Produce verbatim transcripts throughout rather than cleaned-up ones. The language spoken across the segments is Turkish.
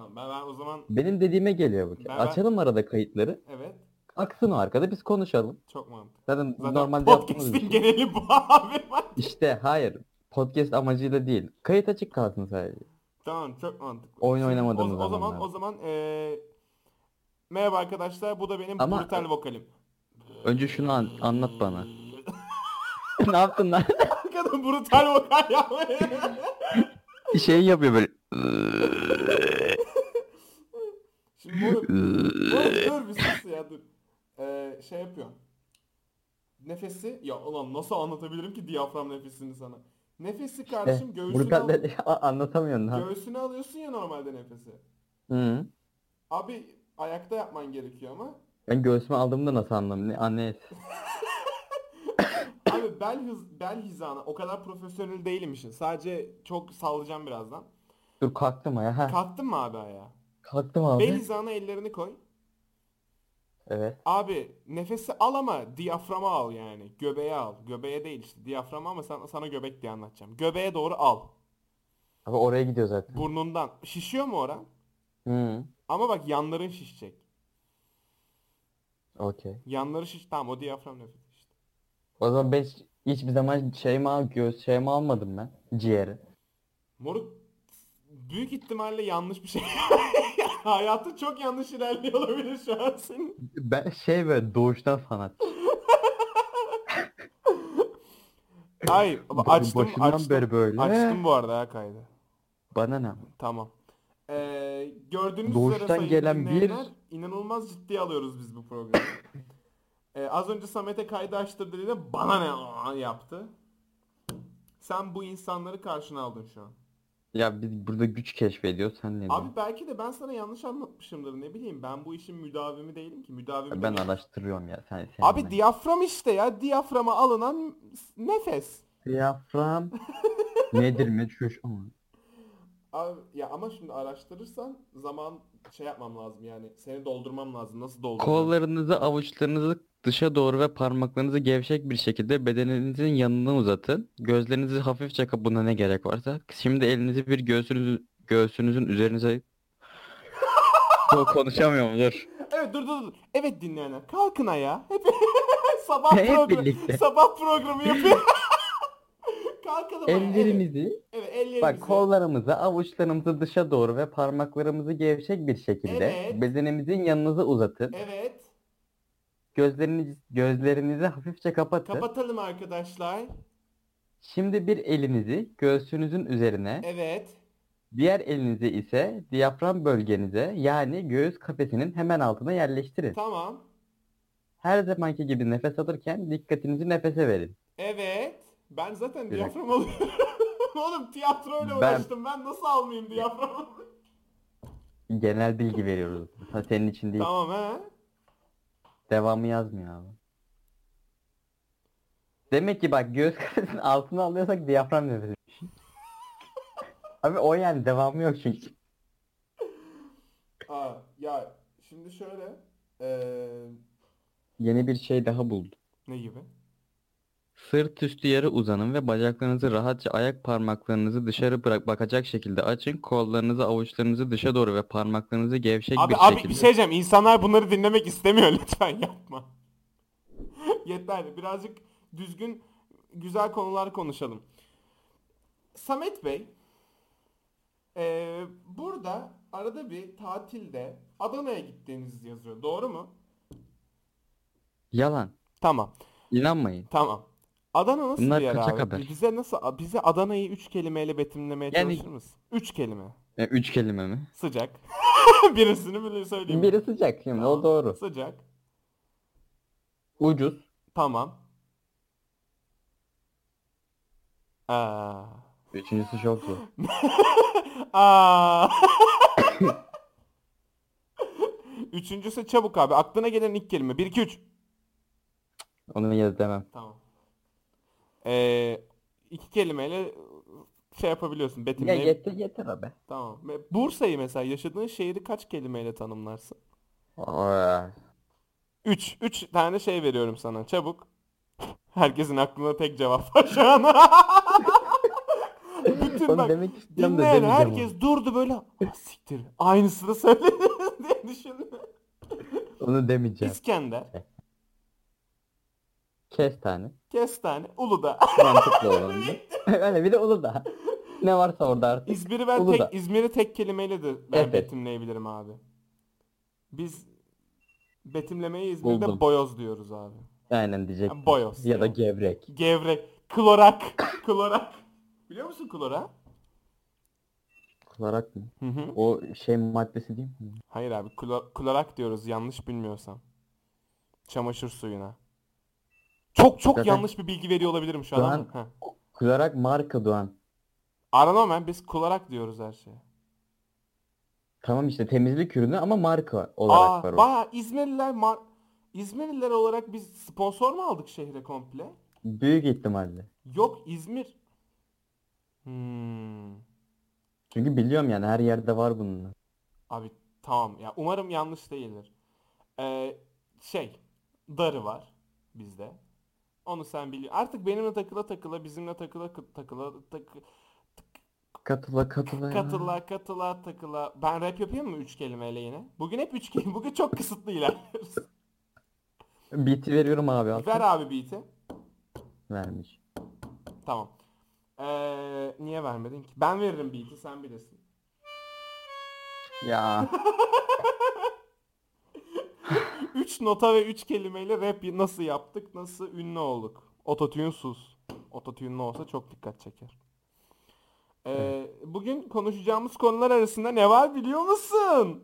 Tamam ben, ben o zaman Benim dediğime geliyor bu. ben ben Açalım arada kayıtları. evet, Aksın o arkada biz konuşalım. çok mantıklı. Zaten Zaten normalde yaptığımız bir podcast'in şey. geneli bu abi bence. İşte hayır. Podcast amacıyla değil. Kayıt açık kalsın sadece. Tamam çok mantıklı. Oyun Şimdi o, oynamadığımız o zaman o zamanlarda. zaman eee, merhaba arkadaşlar, bu da benim Ama brutal vokalim. önce şunu an- anlat bana. Ne yaptın lan? Arkada brutal vokal yapmayı. Şey yapıyor böyle. Şimdi moruk, moruk dur bir sus ya dur. Eee, şey yapıyorum. Nefesi ya ulan nasıl anlatabilirim ki diyafram nefesini sana? Nefesi İşte kardeşim göğsüne al, brutal anlatamıyorsun lan. göğsüne alıyorsun ya normalde nefesi. Hı. Abi ayakta yapman gerekiyor ama. Ben göğsüme aldığımda nasıl anlam? Ne anne. Abi bel hız bel hizana o kadar profesyonel değilim işin. Sadece çok sallayacağım birazdan. Dur kalktım ya. Ha. Kalktın mı abi ayağa? Kalktım Bel abi. hizana ellerini koy. Evet. Abi nefesi al ama diyaframa al yani. Göbeğe al. Göbeğe değil işte diyaframa, ama sana, sana göbek diye anlatacağım. Göbeğe doğru al. Abi oraya gidiyor zaten. Burnundan. Şişiyor mu oran? Hı. Ama bak yanların şişecek. Okey. Yanları şiş. Tamam o diyafram nefesi işte. O zaman ben hiç- hiçbir zaman şey mi al, göğüs şey mi almadım ben? Ciğeri. Moruk büyük ihtimalle yanlış bir şey. Hayatın çok yanlış ilerliyor olabilir şu an senin. Ben şey böyle doğuştan fanat. Ay Bo- açtım Başından açtım. beri böyle. Açtım bu arada ya kaydı. Bana ne? Tamam. Ee, gördüğünüz üzere Doğuştan sayın gelen dinleyenler, bir inanılmaz ciddiye alıyoruz biz bu programı. Ee, az önce Samet'e kaydı açtır dediğinde bana ne aa yaptı. Sen bu insanları karşına aldın şu an. ya biz burada güç keşfediyoruz sen ne Abi diyorsun? belki de ben sana yanlış anlatmışımdır, ne bileyim, ben bu işin müdavimi değilim ki. Müdavimi Ben demek. araştırıyorum ya sen Abi seninle. diyafram işte ya, diyaframa alınan nefes. Diyafram nedir mi? Şu şu- ama. Abi, ya ama şimdi araştırırsan zaman şey yapmam lazım yani, seni doldurmam lazım, nasıl dolduracağım? Kollarınızı, avuçlarınızı dışa doğru ve parmaklarınızı gevşek bir şekilde bedeninizin yanına uzatın. Gözlerinizi hafifçe kapatın, buna ne gerek varsa. Şimdi elinizi bir göğsünüz, göğsünüzün üzerinize... Ko- Konuşamıyorum dur. Evet dur dur dur. Evet dinleyenler kalkın ayağa. Hep sabah Hep program birlikte. sabah programı yapıyor. Kalkalım ayağa. Evet. Ellerimizi, Evet bak ellerimizi. kollarımızı, avuçlarımızı dışa doğru ve parmaklarımızı gevşek bir şekilde Evet. bedenimizin yanınıza uzatın. Evet. Gözleriniz, gözlerinizi hafifçe kapatın. Kapatalım arkadaşlar. Şimdi bir elinizi göğsünüzün üzerine, Evet. diğer elinizi ise diyafram bölgenize yani göğüs kafesinin hemen altına yerleştirin. Tamam. Her zamanki gibi nefes alırken dikkatinizi nefese verin. Evet. Ben zaten Bir dakika. diyafram alıyorum. Oğlum tiyatroyla Ben uğraştım. Ben nasıl almayayım diyaframı? genel bilgi veriyoruz. Ha, senin için değil. Tamam he. Devamı yazmıyor abi. Demek ki bak göğüs kafesinin altına alıyorsak diyafram nefesi. Abi o yani devamı yok çünkü. Aa, ya şimdi şöyle. Eee Yeni bir şey daha buldum. ne gibi? Sırt üstü yere uzanın ve bacaklarınızı rahatça ayak parmaklarınızı dışarı bırak bakacak şekilde açın. Kollarınızı, avuçlarınızı dışa doğru ve parmaklarınızı gevşek Abi bir abi bir şekilde. şey diyeceğim. İnsanlar bunları dinlemek istemiyor. Lütfen yapma. Yeter. Birazcık düzgün, güzel konular konuşalım. Samet Bey, eee, burada arada bir tatilde Adana'ya gittiğiniz yazıyor. Doğru mu? Yalan. Tamam. İnanmayın. Tamam. Adana nasıl bir Bunlar yer kaçak abi? haber. Bi- Bize nasıl bize Adana'yı üç kelimeyle betimlemeye çalışır Yani mısın? Üç kelime. e, üç kelime mi? Sıcak. Birisini bile söyleyeyim mi? Biri sıcak şimdi o Tamam. doğru. Sıcak. Ucuz. Tamam. Aa. Üçüncüsü çok zor. Aa. Üçüncüsü çabuk abi. Aklına gelen ilk kelime. Bir, iki, üç. Onu yaz demem. Tamam. Ee, iki kelimeyle şey yapabiliyorsun. Ya Betimleyip. yeter yeter abi. Tamam. Ve Bursa'yı mesela, yaşadığın şehri kaç kelimeyle tanımlarsın? Aa, Üç. Üç tane şey veriyorum sana. Çabuk. Herkesin aklında tek cevap var şu an. Bütün Onu bak demek istiyorum da dinleyen demeyeceğim onu. herkes durdu böyle. "Ah, siktir. Aynısını söyledi" diye düşündü. Onu demeyeceğim. İskender, Kestane. Kestane, Uludağ. Mantıklı olan da. Öyle bir de Uludağ. Ne varsa orada artık. İzmir'i ben Uludağ. tek İzmir'i tek kelimeyle de ben Efes. betimleyebilirim abi. Biz betimlemeyi İzmir'de Buldum. boyoz diyoruz abi. Aynen diyecektim. Yani boyoz. Ya da yani. gevrek. Gevrek, klorak, klorak. Biliyor musun klorak? Klorak mı? Hı hı. O şey maddesi değil mi? Hayır abi, klo- klorak diyoruz yanlış bilmiyorsam. Çamaşır suyuna. Çok çok Zaten yanlış bir bilgi veriyor olabilirim şu an ama. Doğan, Heh. klorak marka Doğan. Aranormal biz klorak diyoruz her şeye. Tamam işte temizlik ürünü ama marka olarak var Aa, o. baya İzmirliler mar İzmirliler olarak biz sponsor mu aldık şehre komple? Büyük ihtimalle. Yok İzmir. Hmm. Çünkü biliyorum yani her yerde var bunun. Abi tamam ya, umarım yanlış değildir. Ee, şey darı var bizde. Onu sen biliyorsun. Artık benimle takıla takıla, bizimle takıla kı- takıla takı, Katıla katıla ya. katıla katıla takıla. Ben rap yapayım mı üç kelimeyle yine? Bugün hep üç kelime. Bugün çok kısıtlı ilerliyoruz. Beat'i veriyorum abi Ver altı. abi beat'i. Vermiş. Tamam. Ee, niye vermedin ki? Ben veririm beat'i, sen bilirsin. Ya üç nota ve üç kelimeyle rap nasıl yaptık? Nasıl ünlü olduk? Ototune'suz. Ototune'lu olsa çok dikkat çeker. evet. Ee, bugün konuşacağımız konular arasında ne var biliyor musun?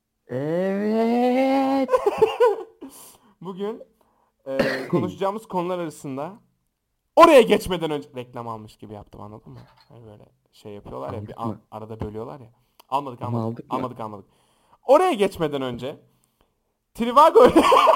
Evet. Bugün e, konuşacağımız konular arasında oraya geçmeden önce reklam almış gibi yaptım, anladın mı? Hani böyle şey yapıyorlar ya, Aldık bir an- mı? arada bölüyorlar ya. Almadık Ama almadık. aldık mı? Almadık almadık. Oraya geçmeden önce Trivago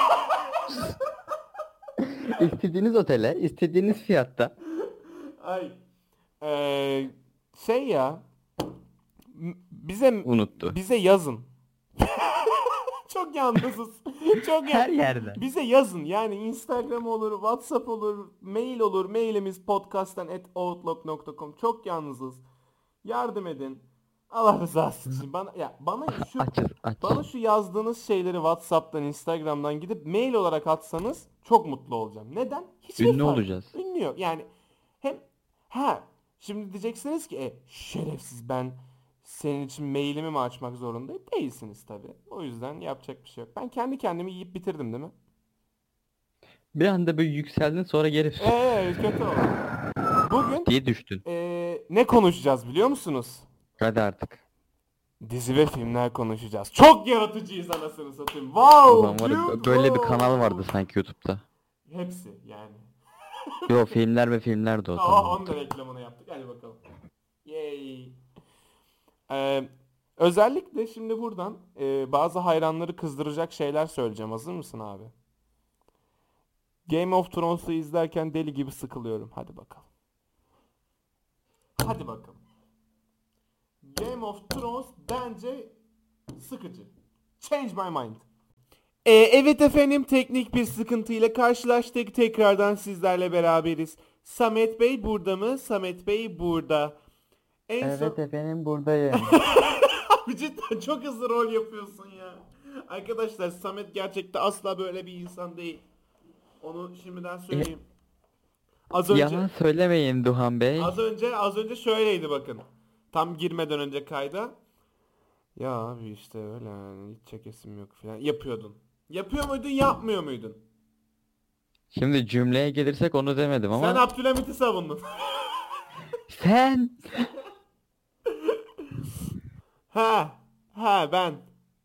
İstediğiniz otele, istediğiniz fiyatta. ay Ee, şey ya m- bize Unuttu. bize yazın. Çok yalnızız. Çok Her ya yerde. bize yazın. Yani Instagram olur, WhatsApp olur, mail olur. Mailimiz podcast'tan at outlook nokta com. Çok yalnızız. Yardım edin. Allah rızası için. Bana ya bana şu Açız aç. bana şu yazdığınız şeyleri WhatsApp'tan, Instagram'dan gidip mail olarak atsanız çok mutlu olacağım. Neden? Hiçbir Ünlü fark. olacağız. Ünlü yok. Yani hem ha şimdi diyeceksiniz ki e, şerefsiz, ben senin için mailimi mi açmak zorundayım? Değilsiniz tabii. O yüzden yapacak bir şey yok. Ben kendi kendimi yiyip bitirdim değil mi? Bir anda böyle yükseldin sonra geri Eee kötü oldu. Bugün diye düştün. eee, ne konuşacağız biliyor musunuz? Hadi artık. Dizi ve filmler konuşacağız. Çok yaratıcıyız anasını satayım. Wow! Ulan var ya, böyle bir kanal vardı beautiful. sanki YouTube'da. Hepsi yani. Yo filmler ve filmler de o Aa, tamam. onun da reklamını yaptık. Hadi bakalım. Yay. Ee, özellikle şimdi buradan e, bazı hayranları kızdıracak şeyler söyleyeceğim. Hazır mısın abi? Game of Thrones'u izlerken deli gibi sıkılıyorum. Hadi bakalım. Hadi bakalım. Game of Thrones bence sıkıcı. Change my mind. Ee, evet efendim, teknik bir sıkıntıyla karşılaştık. Tekrardan sizlerle beraberiz. Samet Bey burada mı? Samet Bey burada. En Evet son... efendim buradayım. Abi cidden çok hızlı rol yapıyorsun ya. Arkadaşlar Samet gerçekten asla böyle bir insan değil. Onu şimdiden söyleyeyim. Az önce Yalan söylemeyin Duhan Bey. az önce az önce şöyleydi bakın. Tam girmeden önce kayda. Ya abi işte öyle yani, hiç çekesim yok falan yapıyordun. Yapıyor muydun, yapmıyor muydun? Şimdi cümleye gelirsek onu demedim ama Sen Abdülhamit'i savundun. sen Ha, ha ben.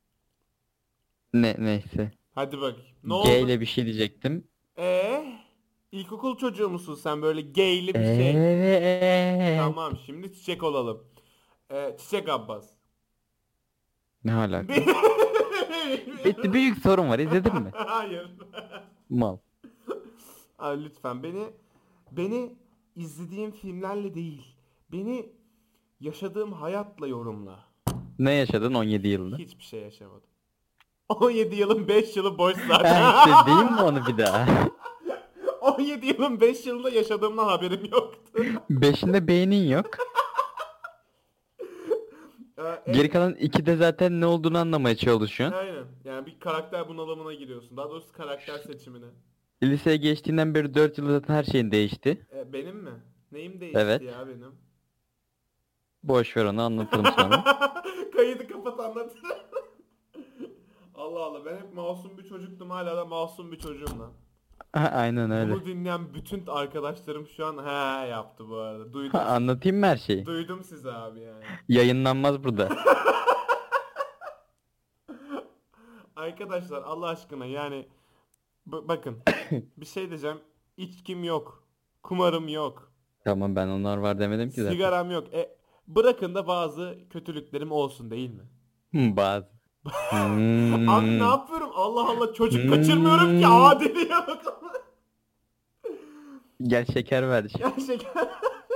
ne neyse. Hadi bak. Ne G oldu? ile bir şey diyecektim. Ee, ilkokul çocuğu musun sen, böyle gayli bir şey? Evet. Tamam, şimdi çiçek olalım. Ee, Çiçek Abbas. Ne alaka? Bir, büyük sorun var izledin mi? Hayır. Mal. Abi lütfen beni beni izlediğim filmlerle değil, beni yaşadığım hayatla yorumla. Ne yaşadın on yedi yılda? Hiçbir şey yaşamadım. on yedi yılın beş yılı boş Ben zaten. işte diyeyim mi onu bir daha? on yedi yılın beş yılında yaşadığımdan haberim yoktu. Beşinde beynin yok. Ee, Geri en- kalan ikide zaten ne olduğunu anlamaya çalışıyorsun. aynen. Yani bir karakter bunalımına giriyorsun. Daha doğrusu karakter seçimine. Liseye geçtiğinden beri dört yıl zaten her şeyin değişti. E, benim mi? Neyim değişti Evet. ya benim? Boş ver, onu anlatırım sonra. Kaydı kapat anlat. Allah Allah, ben hep masum bir çocuktum, hala da masum bir çocuğum lan. Aynen öyle. Bunu dinleyen bütün arkadaşlarım şu an he yaptı bu arada. Ha, Duydum sizi. anlatayım mı her şeyi? Duydum sizi abi yani. Yayınlanmaz burada. Arkadaşlar Allah aşkına yani b- bakın bir şey diyeceğim. İçkim yok. Kumarım yok. Tamam, ben onlar var demedim ki zaten. Sigaram yok. E, bırakın da bazı kötülüklerim olsun değil mi? Hı, bazı. Abi ne Hmm. yapıyorum? Allah Allah, çocuk kaçırmıyorum ki. Hmm. Aa, deliye bak. Gel şeker ver. Gerçekten.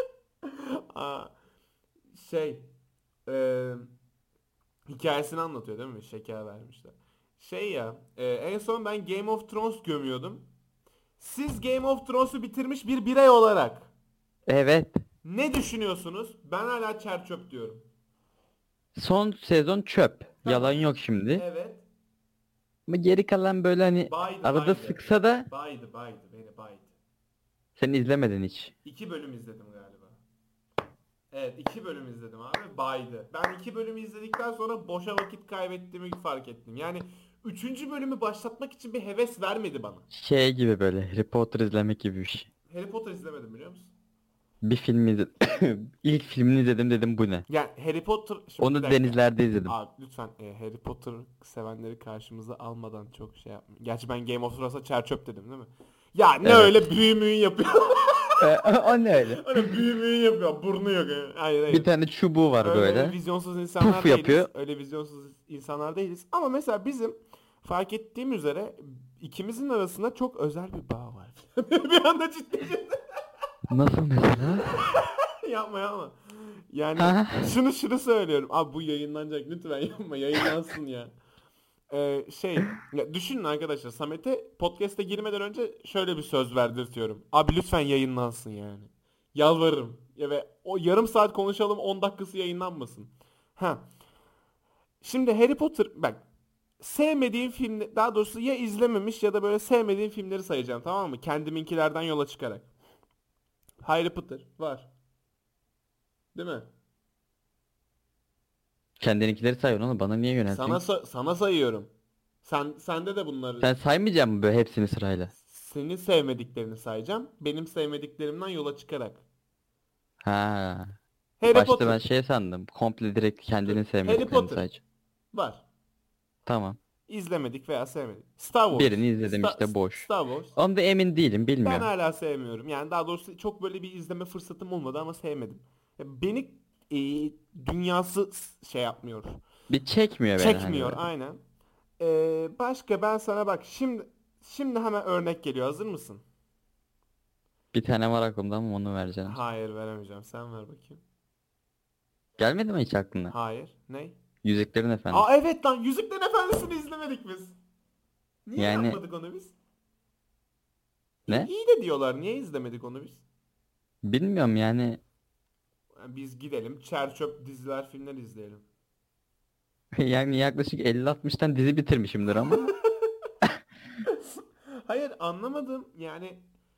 Aa, şey e, hikayesini anlatıyor değil mi? Şeker vermişler. Şey ya, e, en son ben Game of Thrones gömüyordum. Siz Game of Thrones'u bitirmiş bir birey olarak Evet. ne düşünüyorsunuz? Ben hala çer çöp diyorum. Son sezon çöp. Yalan Tamam. yok şimdi. Evet. Ama geri kalan böyle hani Baydı arada baydı. sıksa da Baydı baydı. Beni baydı. sen izlemedin hiç. İki bölüm izledim galiba. Evet, iki bölüm izledim abi. Baydı. Ben iki bölümü izledikten sonra boşa vakit kaybettiğimi fark ettim. Yani üçüncü bölümü başlatmak için bir heves vermedi bana. Şey gibi, böyle Harry Potter izlemek gibi bir şey. Harry Potter izlemedim biliyor musun? Bir film izledim. İlk filmini izledim, dedim bu ne? Yani Harry Potter... Şimdi bir Onu dakika. denizlerde izledim. Abi lütfen e, Harry Potter sevenleri karşımıza almadan çok şey yapma. Gerçi ben Game of Thrones'a çer çöp dedim değil mi? Ya ne Evet. öyle büyü müyü yapıyor. Ee, o ne öyle? Hani büyü müyü yapıyor. Burnu yok. Yani. Hayır hayır. Bir tane çubuğu var Öyle, öyle böyle. vizyonsuz insanlar Puf değiliz. yapıyor. Öyle vizyonsuz insanlar değiliz. Ama mesela bizim fark ettiğim üzere ikimizin arasında çok özel bir bağ var. Bir anda ciddi ciddi. Nasıl mesela? Yapma yapma. Yani Ha? şunu şunu söylüyorum. Abi bu yayınlanacak, lütfen yapma, yayınlansın ya. Ee, şey ya düşünün arkadaşlar, Samet'e podcast'e girmeden önce şöyle bir söz verdirtiyorum. Abi lütfen yayınlansın yani. Yalvarırım. Ya ve o yarım saat konuşalım, on dakikası yayınlanmasın. Ha. Şimdi Harry Potter bak, sevmediğim film, daha doğrusu ya izlememiş ya da böyle sevmediğim filmleri sayacağım, tamam mı? Kendiminkilerden yola çıkarak. Harry Potter var. Değil mi? Kendininkileri sayıyorsun oğlum, bana niye Sana yöneltiyorsun? sa- sana sayıyorum. Sen sende de bunları, Sen saymayacaksın mı böyle hepsini sırayla? senin sevmediklerini sayacağım. Benim sevmediklerimden yola çıkarak. Ha. Harry Başta Potter. ben şey sandım. Komple direkt Dur. kendini Harry sevmediklerini Potter sayacağım. var. Tamam. İzlemedik veya sevmedik. Star Wars. Birini izledim Sta- işte, boş. Star Wars. Onda emin değilim, Ben bilmiyorum. hala sevmiyorum. Yani daha doğrusu çok böyle bir izleme fırsatım olmadı ama sevmedim. Ya beni e, dünyası s- şey yapmıyor. Bir çekmiyor beni hani Çekmiyor böyle. aynen. Ee, başka ben sana bak şimdi şimdi hemen örnek geliyor. Hazır mısın? Bir tane var aklımda ama onu vereceğim. Hayır, veremeyeceğim. Sen ver bakayım. Gelmedi mi hiç aklına? Hayır. Ne? Yüzüklerin Efendisi. Aa evet lan, Yüzüklerin Efendisi'ni izlemedik biz. Niye Yani yapmadık onu biz? İyi, ne? iyi de diyorlar. Niye izlemedik onu biz? Bilmiyorum yani. Yani biz gidelim çer çöp diziler, filmler izleyelim. Yani yaklaşık elli altmıştan dizi bitirmişimdir ama. Hayır, anlamadım. Yani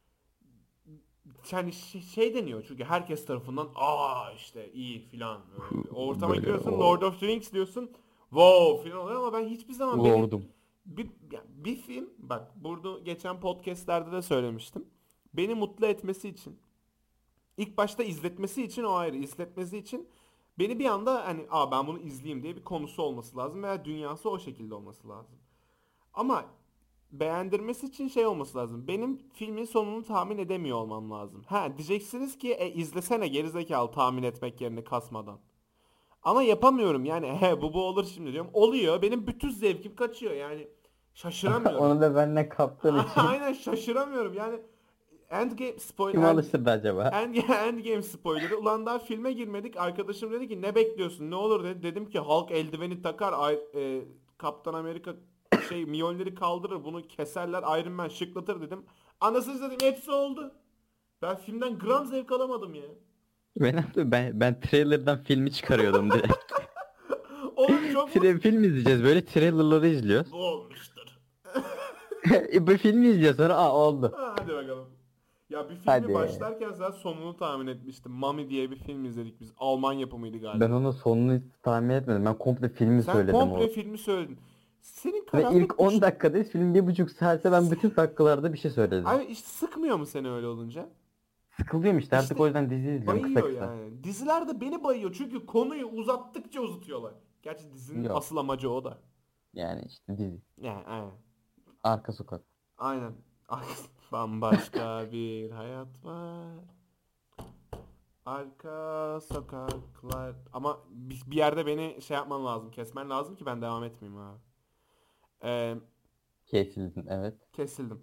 yani şey, şey deniyor çünkü herkes tarafından aa işte iyi filan. Böyle. O ortama Böyle giriyorsun, o Lord of the Rings diyorsun. Wow filan oluyor ama ben hiçbir zaman beni lordum. bir, ya bir film, bak burada geçen podcastlerde de söylemiştim. Beni mutlu etmesi için, ilk başta izletmesi için, o ayrı, izletmesi için beni bir anda hani aa ben bunu izleyeyim diye bir konusu olması lazım veya dünyası o şekilde olması lazım. Ama beğendirmesi için şey olması lazım. Benim filmin sonunu tahmin edemiyor olmam lazım. Ha diyeceksiniz ki e, izlesene gerizekalı, tahmin etmek yerine kasmadan. Ama yapamıyorum yani. He bu bu olur şimdi diyorum. Oluyor. Benim bütün zevkim kaçıyor yani. Şaşıramıyorum. Onu da benimle kaptığın için. Aynen şaşıramıyorum yani. Endgame spoiler. Kim End, alıştırdı acaba? End, Endgame spoilerı. Ulan daha filme girmedik. Arkadaşım dedi ki ne bekliyorsun? Ne olur dedi. Dedim ki Hulk eldiveni takar. Ay, e, Kaptan Amerika şey Mjolnir'i kaldırır. Bunu keserler. Iron Man şıklatır dedim. Anasını dedim, hepsi oldu. Ben filmden gram zevk alamadım ya. Ben, ben, ben trailer'dan filmi çıkarıyordum direkt. Çok Tre- film izleyeceğiz. Böyle trailerları izliyoruz. mutlu olmuştur. E, Bu filmi izliyor sonra aa oldu. Ha, hadi bakalım. Ya bir filmi Hadi. başlarken zaten sonunu tahmin etmiştim. Mummy diye bir film izledik biz. Alman yapımıydı galiba. Ben onun sonunu hiç tahmin etmedim. Ben komple filmi Sen söyledim komple o. filmi söyledin. Senin Ve karanlık ilk on dakikada film bir buçuk saatse ben bütün dakikalarda bir şey söyledim. Abi işte sıkmıyor mu seni öyle olunca? Sıkılıyorum işte artık İşte o yüzden dizi izliyorum kısa Bayıyor kısa. yani. Diziler de beni bayıyor çünkü konuyu uzattıkça uzatıyorlar. Gerçi dizinin Yok. asıl amacı o da. Yani işte dizi. Yani aynen. Arka sokak. Aynen. Bambaşka bir hayat var. Arka sokaklar. Ama bir bir yerde beni şey yapman lazım. Kesmen lazım ki ben devam etmeyeyim abi. Ee, Kesildin evet. kesildim.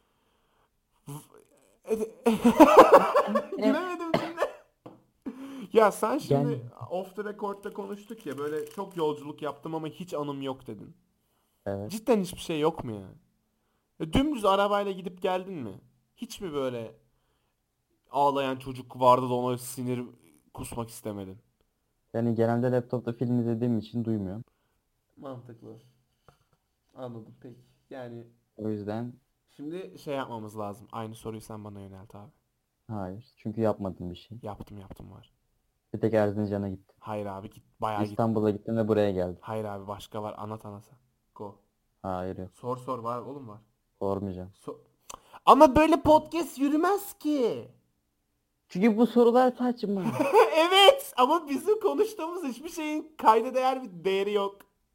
Gülemedim şimdi. Ya sen şimdi Gel. off the record'da konuştuk ya böyle çok yolculuk yaptım ama hiç anım yok dedin. Evet. Cidden hiçbir şey yok mu ya? Ya dümdüz arabayla gidip geldin mi? Hiç mi böyle ağlayan çocuk vardı da ona sinir kusmak istemedin? Yani genelde laptopta film izlediğim için duymuyorum. Mantıklı. Anladım peki. Yani O yüzden şimdi şey yapmamız lazım. Aynı soruyu sen bana yönelt abi. hayır. Çünkü yapmadım bir şey. Yaptım yaptım var. Bir tek Erzincan'a gittim. Hayır abi git bayağı git. İstanbul'a gittim ve buraya geldim. Hayır abi başka var anlat anlat. Go. Hayır yok. Sor sor var oğlum var. Sormayacağım. So- Ama böyle podcast yürümez ki. Çünkü bu sorular saçma. Evet ama bizim konuştuğumuz hiçbir şeyin kayda değer bir değeri yok.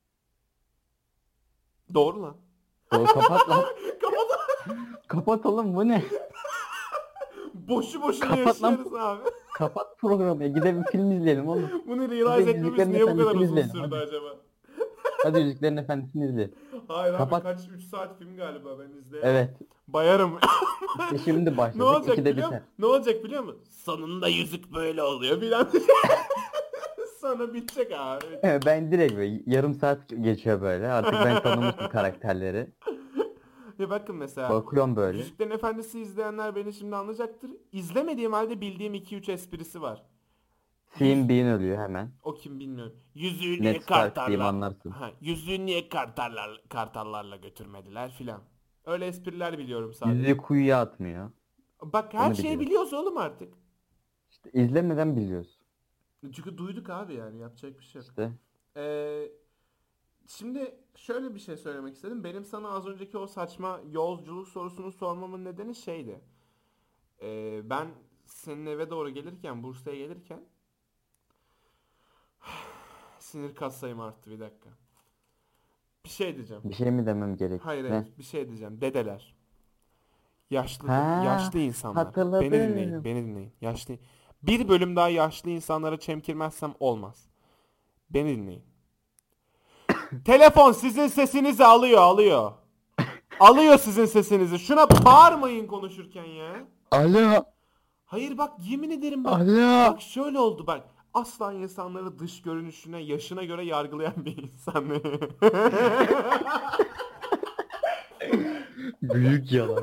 Doğru lan. Doğru, kapat lan. Kapat. Kapat oğlum bu ne? Boşu boşuna Kapat lan. yaşıyoruz abi. Kapat programı ya. Gidelim bir film izleyelim oğlum. Bunu realize Biz de etmemiz Yüzüklerin niye bu kadar Efendisi'ni uzun izleyelim, sürdü hadi. acaba? Hadi Yüzüklerin Efendisi'ni izleyelim. Hayır abi Kapat. kaç üç saat film galiba ben izleyemem. Evet. Bayarım. İşte şimdi Ne başladık. olacak ikide biliyor biter. musun? Ne olacak biliyor musun? Sonunda yüzük böyle oluyor filan. Sonra bitecek abi. Ben direkt böyle yarım saat geçiyor böyle. Artık ben tanımışım karakterleri. Ya bakın mesela Bakıyorum böyle. Yüzüklerin Efendisi izleyenler beni şimdi anlayacaktır. İzlemediğim halde bildiğim iki üç esprisi var. Sean Bean ölüyor hemen. O kim bilmiyorum. Yüzüğü niye Ned Stark diyeyim kartallar... anlarsın. Ha, yüzüğü niye kartallar, kartallarla götürmediler filan. Öyle espriler biliyorum sadece. Yüzüğü kuyuya atmıyor. Bak her Onu şeyi biliyorum. biliyoruz oğlum artık. İşte izlemeden biliyoruz. Çünkü duyduk abi yani yapacak bir şey yok. İşte Ee, şimdi şöyle bir şey söylemek istedim. Benim sana az önceki o saçma yolculuk sorusunu sormamın nedeni şeydi. Ee, ben senin eve doğru gelirken, Bursa'ya gelirken sinir katsayım arttı bir dakika. Bir şey diyeceğim. bir şey mi demem gerek? Hayır Ne? hayır bir şey diyeceğim. Dedeler. Yaşlı Ha, yaşlı insanlar. hatırladım. Beni dinleyin, beni dinleyin. Yaşlı bir bölüm daha yaşlı insanlara çemkirmezsem olmaz. Beni dinleyin. Telefon sizin sesinizi alıyor, alıyor. Alıyor sizin sesinizi. Şuna bağırmayın konuşurken ya. Alo. Hayır bak yemin ederim bak. Alo. Bak şöyle oldu bak. Asla insanları dış görünüşüne, yaşına göre yargılayan bir insan. Büyük yalan.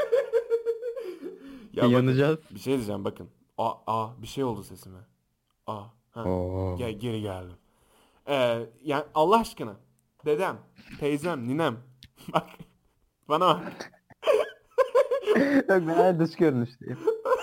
Ya bakın, Yanacağız. bir şey diyeceğim bakın. Aa, aa bir şey oldu sesime. Aa, ha. Oo. Gel, geri geldim. Ee, yani Allah aşkına. Dedem, teyzem, ninem. Bak. Bana bak. Yok ben hala dış görünüşlüyüm.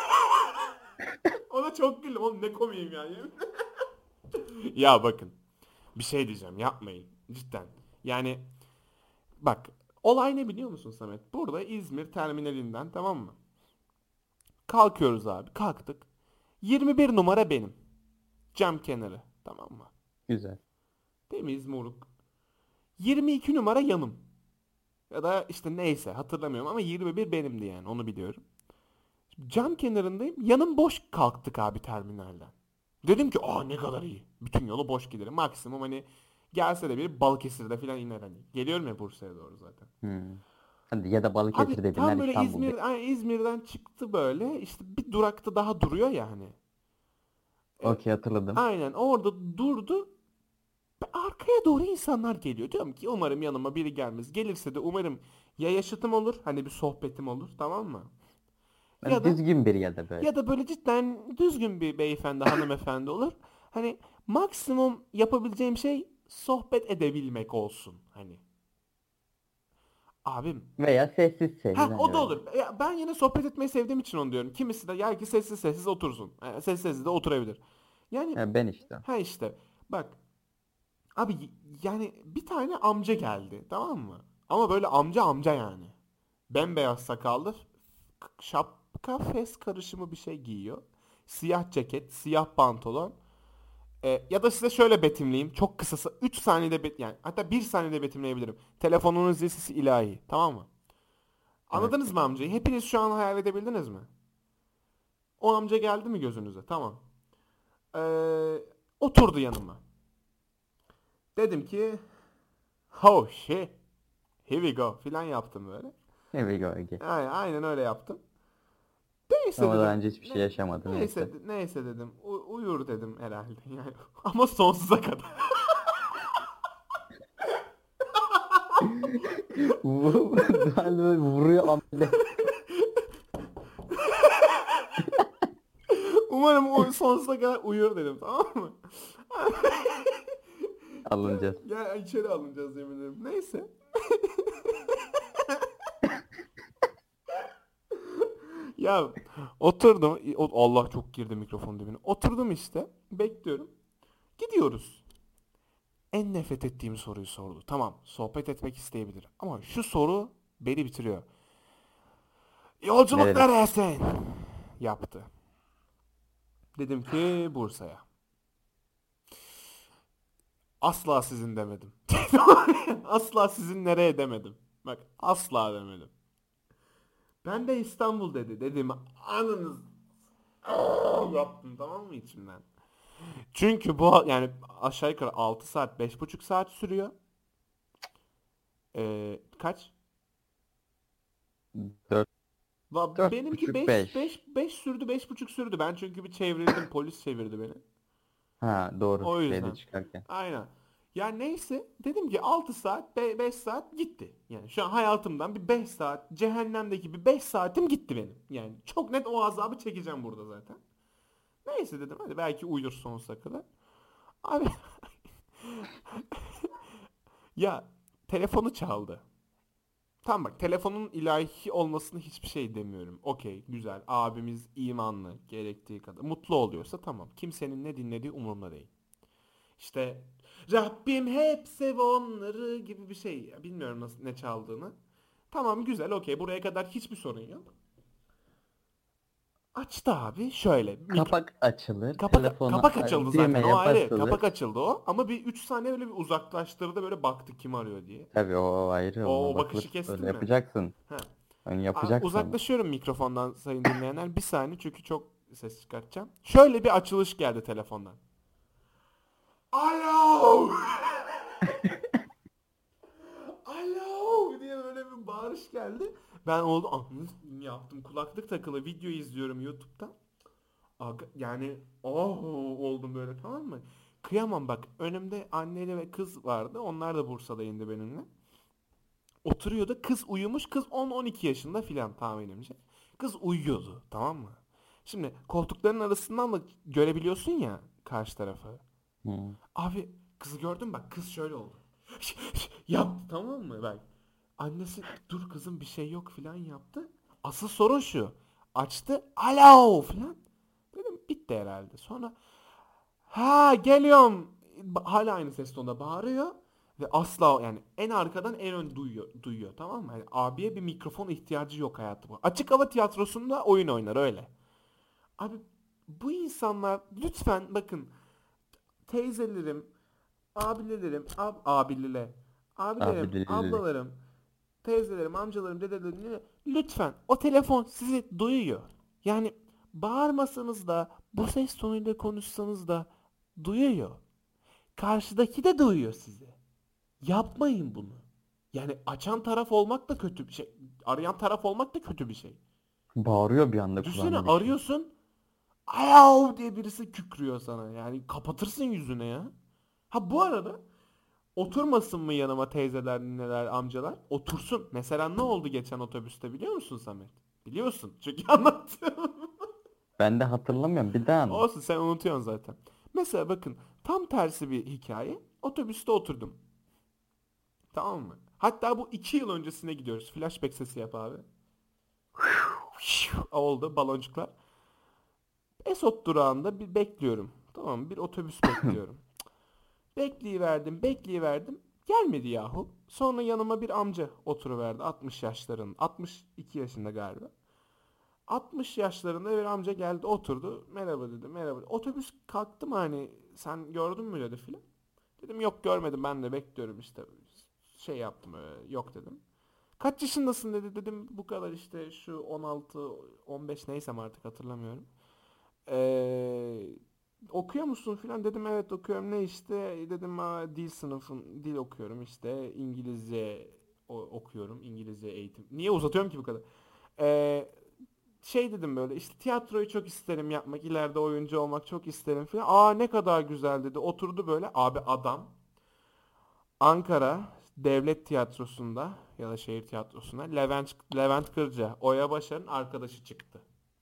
Ona çok güldüm. Oğlum ne komiyim yani. Ya bakın. Bir şey diyeceğim. Yapmayın. Cidden. Yani bak. Olay ne biliyor musun Samet? Burada İzmir terminalinden tamam mı? Kalkıyoruz abi. Kalktık. yirmi bir numara benim. Cam kenarı. Tamam mı? Güzel. Temiz moruk. yirmi iki numara yanım. Ya da işte neyse hatırlamıyorum ama yirmi bir benimdi yani onu biliyorum. Cam kenarındayım. Yanım boş kalktık abi terminalden. Dedim ki aa ne kadar iyi. Bütün yolu boş giderim. Maksimum hani gelse de bir Balıkesir'de falan iner hani. Geliyorum ya Bursa'ya doğru zaten. Hmm. Hadi ya da Abi Balıkesir'de tam biner böyle İstanbul'da. İzmir, ay, İzmir'den çıktı böyle. İşte bir durakta daha duruyor ya hani. E, Okey hatırladım. aynen orada durdu. Arkaya doğru insanlar geliyor. Diyorum ki umarım yanıma biri gelmez. Gelirse de umarım ya yaşıtım olur. Hani bir sohbetim olur tamam mı? Ben Ya da düzgün biri ya da böyle. ya da böyle cidden düzgün bir beyefendi hanımefendi olur. Hani maksimum yapabileceğim şey sohbet edebilmek olsun hani. Abim. Veya sessiz sessiz Ha hani o da böyle. olur. Ya, ben yine sohbet etmeyi sevdiğim için onu diyorum. Kimisi de ya ki sessiz sessiz otursun. Yani sessiz sessiz de oturabilir. Yani Ha, ben işte. ha işte bak abi y- yani bir tane amca geldi tamam mı? Ama böyle amca amca yani. Bembeyaz sakallı k- şapka fes karışımı bir şey giyiyor. Siyah ceket, siyah pantolon. E, ya da size şöyle betimleyeyim. Çok kısası üç saniyede bet yani hatta bir saniyede betimleyebilirim. Telefonunun zil sesi ilahi. Tamam mı? Evet. Anladınız mı amcayı? Hepiniz şu an hayal edebildiniz mi? O amca geldi mi gözünüze? Tamam. Ee, oturdu yanıma. Dedim ki oh shit here we go filan yaptım böyle. Here we go again. Aynen, aynen öyle yaptım. Neyse Ama daha dedim. önce hiçbir şey Ne, yaşamadı neyse neyse. neyse dedim. U- uyur dedim herhalde yani. Ama sonsuza kadar. Bu galiba vuruyor amele. Umarım o sonsuza kadar uyur dedim tamam mı? Alınacağız. Ya içeri alınacağız yemin ederim. Neyse. Ya oturdum. O- Allah çok girdi mikrofon dibine. Oturdum işte. Bekliyorum. Gidiyoruz. En nefret ettiğim soruyu sordu. Tamam, sohbet etmek isteyebilir. Ama şu soru beni bitiriyor. Yolculuk Nereli? neresin? Yaptı. Dedim ki Bursa'ya. Asla sizin demedim. Asla sizin nereye demedim. Bak asla demedim. Ben de İstanbul dedi. Dedim anınız yaptım tamam mı içimden. Çünkü bu yani aşağı yukarı altı saat beş buçuk saat sürüyor. Ee, kaç? Dört, Va- dört Benimki buçuk beş beş. beş beş sürdü beş buçuk sürdü. Ben çünkü bir çevrildim polis çevirdi beni. Ha doğru. O Şeyde yüzden. çıkarken. Aynen. Ya neyse dedim ki altı saat beş saat gitti. Yani şu an hayatımdan bir beş saat cehennemdeki bir beş saatim gitti benim. Yani çok net o azabı çekeceğim burada zaten. Neyse dedim hadi belki uyur sonsuza kadar. Abi ya telefonu çaldı. Tamam bak telefonun ilahi olmasını hiçbir şey demiyorum. Okey güzel abimiz imanlı gerektiği kadar mutlu oluyorsa tamam. Kimsenin ne dinlediği umurumda değil. İşte Rabbim hep sev onları gibi bir şey. Bilmiyorum nasıl ne çaldığını. Tamam güzel okey buraya kadar hiçbir sorun yok. Açtı abi şöyle. Mikro... Kapak açılır. Kapak, Telefonu kapak açıldı zaten o düğmeye ayrı. basılır. Kapak açıldı o. Ama bir üç saniye böyle bir uzaklaştırdı böyle baktı kim arıyor diye. Tabii o ayrı, O, ona o bakışı bakılır. Öyle kestin mi? yapacaksın. Ha. Ön A- yapacaksın onu. Uzaklaşıyorum mikrofondan sayın dinleyenler. Bir saniye çünkü çok ses çıkartacağım. Şöyle bir açılış geldi telefondan. Alo! Alo diye böyle bir bağırış geldi. Ben oldu anını yaptım. Kulaklık takılı video izliyorum YouTube'dan. Aga, yani oh oldum böyle tamam mı? Kıyamam bak. Önümde anneyle ve kız vardı. Onlar da Bursa'da indi benimle. Oturuyordu. Kız uyumuş. Kız on on iki yaşında filan tahminimce. Kız uyuyordu tamam mı? Şimdi koltukların arasından da görebiliyorsun ya karşı tarafı. Hı. Abi kızı gördün bak kız şöyle oldu. Yaptı tamam mı bak. Annesi dur kızım bir şey yok filan yaptı. Asıl sorun şu. Açtı. Alo filan. Dedim bitti herhalde. Sonra ha geliyorum. Ba- Hala aynı ses tonunda bağırıyor. Ve asla yani en arkadan en ön duyuyor, duyuyor tamam mı? Yani abiye bir mikrofon ihtiyacı yok hayatım. Açık hava tiyatrosunda oyun oynar öyle. Abi bu insanlar lütfen bakın teyzelerim, abilerim, ab abilile, Abi abilerim, deli. ablalarım, teyzelerim, amcalarım, dedelerim lütfen o telefon sizi duyuyor. Yani bağırmasanız da bu ses tonuyla konuşsanız da duyuyor. Karşıdaki de duyuyor sizi. Yapmayın bunu. Yani açan taraf olmak da kötü bir şey. Arayan taraf olmak da kötü bir şey. Bağırıyor bir anda Düşünsene kulağına bir şey. arıyorsun. Ayav diye birisi kükrüyor sana. Yani kapatırsın yüzüne ya. Ha bu arada oturmasın mı yanıma teyzeler, nineler, amcalar? Otursun. Mesela ne oldu geçen otobüste biliyor musun Samet? Biliyorsun. Çünkü anlattım. Ben de hatırlamıyorum. Bir daha anlat. Olsun sen unutuyorsun zaten. Mesela bakın tam tersi bir hikaye. Otobüste oturdum. Tamam mı? Hatta bu iki yıl öncesine gidiyoruz. Flashback sesi yap abi. Oldu baloncuklar. Esot durağında bir bekliyorum. Tamam mı? Bir otobüs bekliyorum. Bekleyiverdim, bekleyiverdim. Gelmedi yahu. Sonra yanıma bir amca oturuverdi. altmış yaşların, altmış iki yaşında galiba. altmış yaşlarında bir amca geldi oturdu. Merhaba dedi, merhaba. Otobüs kalktı mı hani sen gördün mü dedi filan. Dedim yok görmedim ben de bekliyorum işte. Şey yaptım öyle yok dedim. Kaç yaşındasın dedi dedim bu kadar işte şu on altı on beş neysem artık hatırlamıyorum. Ee, okuyor musun filan dedim evet okuyorum ne işte dedim "Aa, dil sınıfın dil okuyorum işte İngilizce o- okuyorum İngilizce eğitim. Niye uzatıyorum ki bu kadar? Ee, şey dedim böyle işte tiyatroyu çok isterim yapmak ileride oyuncu olmak çok isterim filan. Aa ne kadar güzel dedi oturdu böyle abi adam Ankara Devlet Tiyatrosu'nda ya da şehir tiyatrosunda Levent, Levent Kırca Oya Başar'ın arkadaşı çıktı.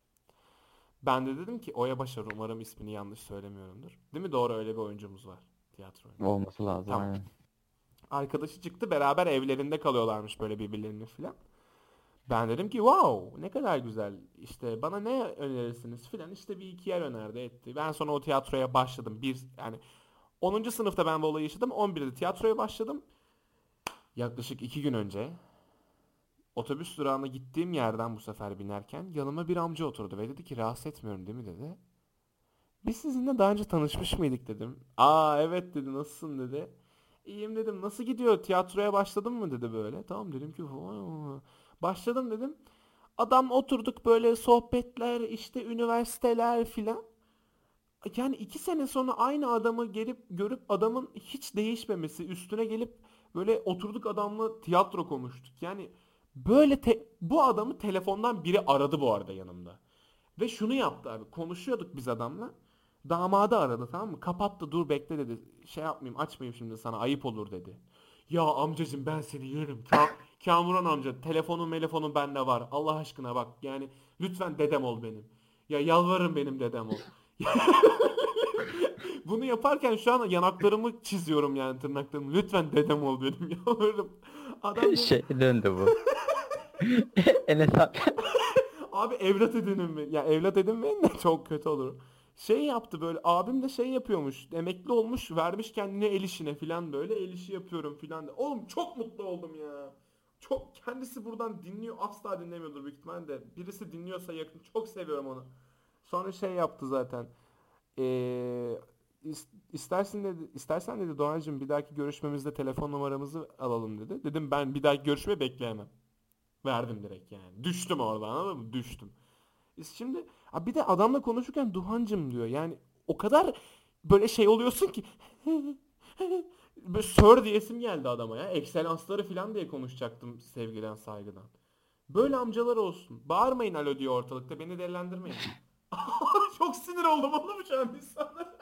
Ben de dedim ki Oya Başar umarım ismini yanlış söylemiyorumdur. Değil mi? Doğru öyle bir oyuncumuz var. Tiyatro oyuncusu. Olması lazım Tamam. aynen. Arkadaşı çıktı beraber evlerinde kalıyorlarmış böyle birbirlerini filan. Ben dedim ki wow ne kadar güzel işte bana ne önerirsiniz filan işte bir iki yer önerdi etti. Ben sonra o tiyatroya başladım. Bir yani onuncu sınıfta ben bu olayı yaşadım. on birde tiyatroya başladım. Yaklaşık iki gün önce otobüs durağına gittiğim yerden bu sefer binerken yanıma bir amca oturdu ve dedi ki rahatsız etmiyorum değil mi dedi. Biz sizinle daha önce tanışmış mıydık dedim. Aa evet dedi nasılsın dedi. İyiyim dedim nasıl gidiyor tiyatroya başladın mı dedi böyle. Tamam dedim ki "Vay vay." Başladım dedim. Adam oturduk böyle sohbetler işte üniversiteler filan. Yani iki sene sonra aynı adamı gelip görüp adamın hiç değişmemesi üstüne gelip böyle oturduk adamla tiyatro konuştuk. Yani böyle te- bu adamı telefondan biri aradı bu arada yanımda. Ve şunu yaptı abi. Konuşuyorduk biz adamla. Damadı aradı tamam mı? Kapattı dur bekle dedi. Şey yapmayayım açmayayım şimdi sana ayıp olur dedi. Ya amcacım ben seni yerim. Ka Kamuran amca telefonun telefonun bende var. Allah aşkına bak yani lütfen dedem ol benim. Ya yalvarırım benim dedem ol. Bunu yaparken şu an yanaklarımı çiziyorum yani tırnaklarımı. Lütfen dedem ol benim yalvarırım. Adam dedi Şey döndü bu. Enes abi. abi evlat edinin mi? Ya evlat edinmeyin de çok kötü olur. Şey yaptı böyle abim de şey yapıyormuş. Emekli olmuş vermiş kendine el işine filan böyle el işi yapıyorum filan de. Oğlum çok mutlu oldum ya. Çok kendisi buradan dinliyor asla dinlemiyordur büyük ihtimalle de. Birisi dinliyorsa yakın çok seviyorum onu. Sonra şey yaptı zaten. Ee, is- istersin dedi, istersen dedi Doğancığım bir dahaki görüşmemizde telefon numaramızı alalım dedi. Dedim ben bir dahaki görüşme bekleyemem. Verdim direkt yani. Düştüm orada anladın mı? Düştüm. E Şimdi ha bir de adamla konuşurken Duhancım diyor. Yani o kadar böyle şey oluyorsun ki böyle sir diyesim geldi adama ya. Ekselansları falan diye konuşacaktım sevgiden saygıdan. Böyle amcalar olsun. Bağırmayın alo diyor ortalıkta. Beni delilendirmeyin. Çok sinir oldum oğlum şu an insanlara.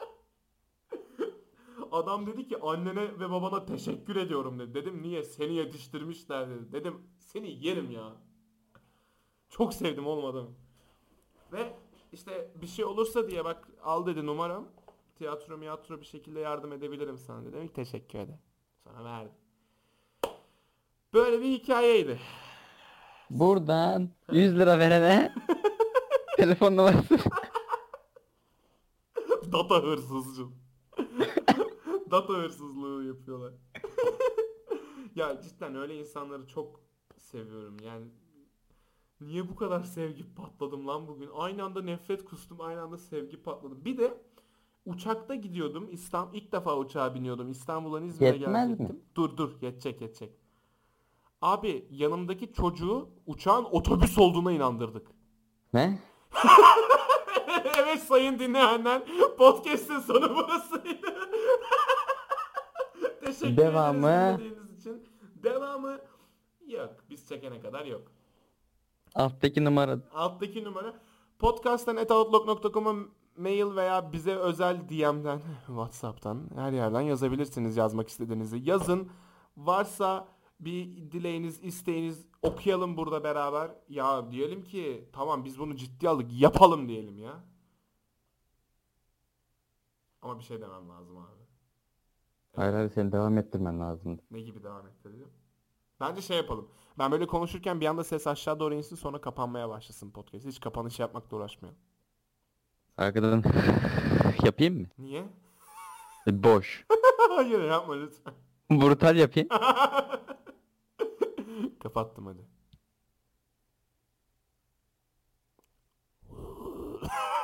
Adam dedi ki annene ve babana teşekkür ediyorum dedi. Dedim niye? Seni yetiştirmişler dedi. Dedim seni yerim ya. Çok sevdim oğlum adamı. Ve işte bir şey olursa diye bak al dedi numaram. Tiyatro miyatro bir şekilde yardım edebilirim sana dedi. Dedim ki teşekkür ederim. Sonra verdim. Böyle bir hikayeydi. Buradan yüz lira verene telefon numarası. Data hırsızcı. Data hırsızlığı yapıyorlar. Ya cidden öyle insanları çok seviyorum. Yani niye bu kadar sevgi patladım lan bugün? Aynı anda nefret kustum, aynı anda sevgi patladım. Bir de uçakta gidiyordum. İstanbul ilk defa uçağa biniyordum. İstanbul'dan İzmir'e Yetmez mi? gelecektim. Dur dur yetecek yetecek. Abi yanımdaki çocuğu uçağın otobüs olduğuna inandırdık. Ne? Evet sayın dinleyenler podcast'in sonu burasıydı. Teşekkür ederiz Devamı dinlediğiniz için. Devamı yok. Biz çekene kadar yok. alttaki numara. Alttaki numara podcast'tan at outlook nokta com'a mail veya bize özel D M'den WhatsApp'tan her yerden yazabilirsiniz yazmak istediğinizi. Yazın. Varsa bir dileğiniz, isteğiniz okuyalım burada beraber. Ya diyelim ki tamam biz bunu ciddiye aldık yapalım diyelim ya. Ama bir şey demem lazım abi. Hayır hayır, seni devam ettirmen lazımdı. Ne gibi devam ettirelim? Bence şey yapalım. Ben böyle konuşurken bir anda ses aşağı doğru insin, sonra kapanmaya başlasın podcast. Hiç kapanış yapmakla uğraşmayalım. Arkadan yapayım mı? Niye? E, Boş. Hayır yapma lütfen. Brutal yapayım. Kapattım hadi.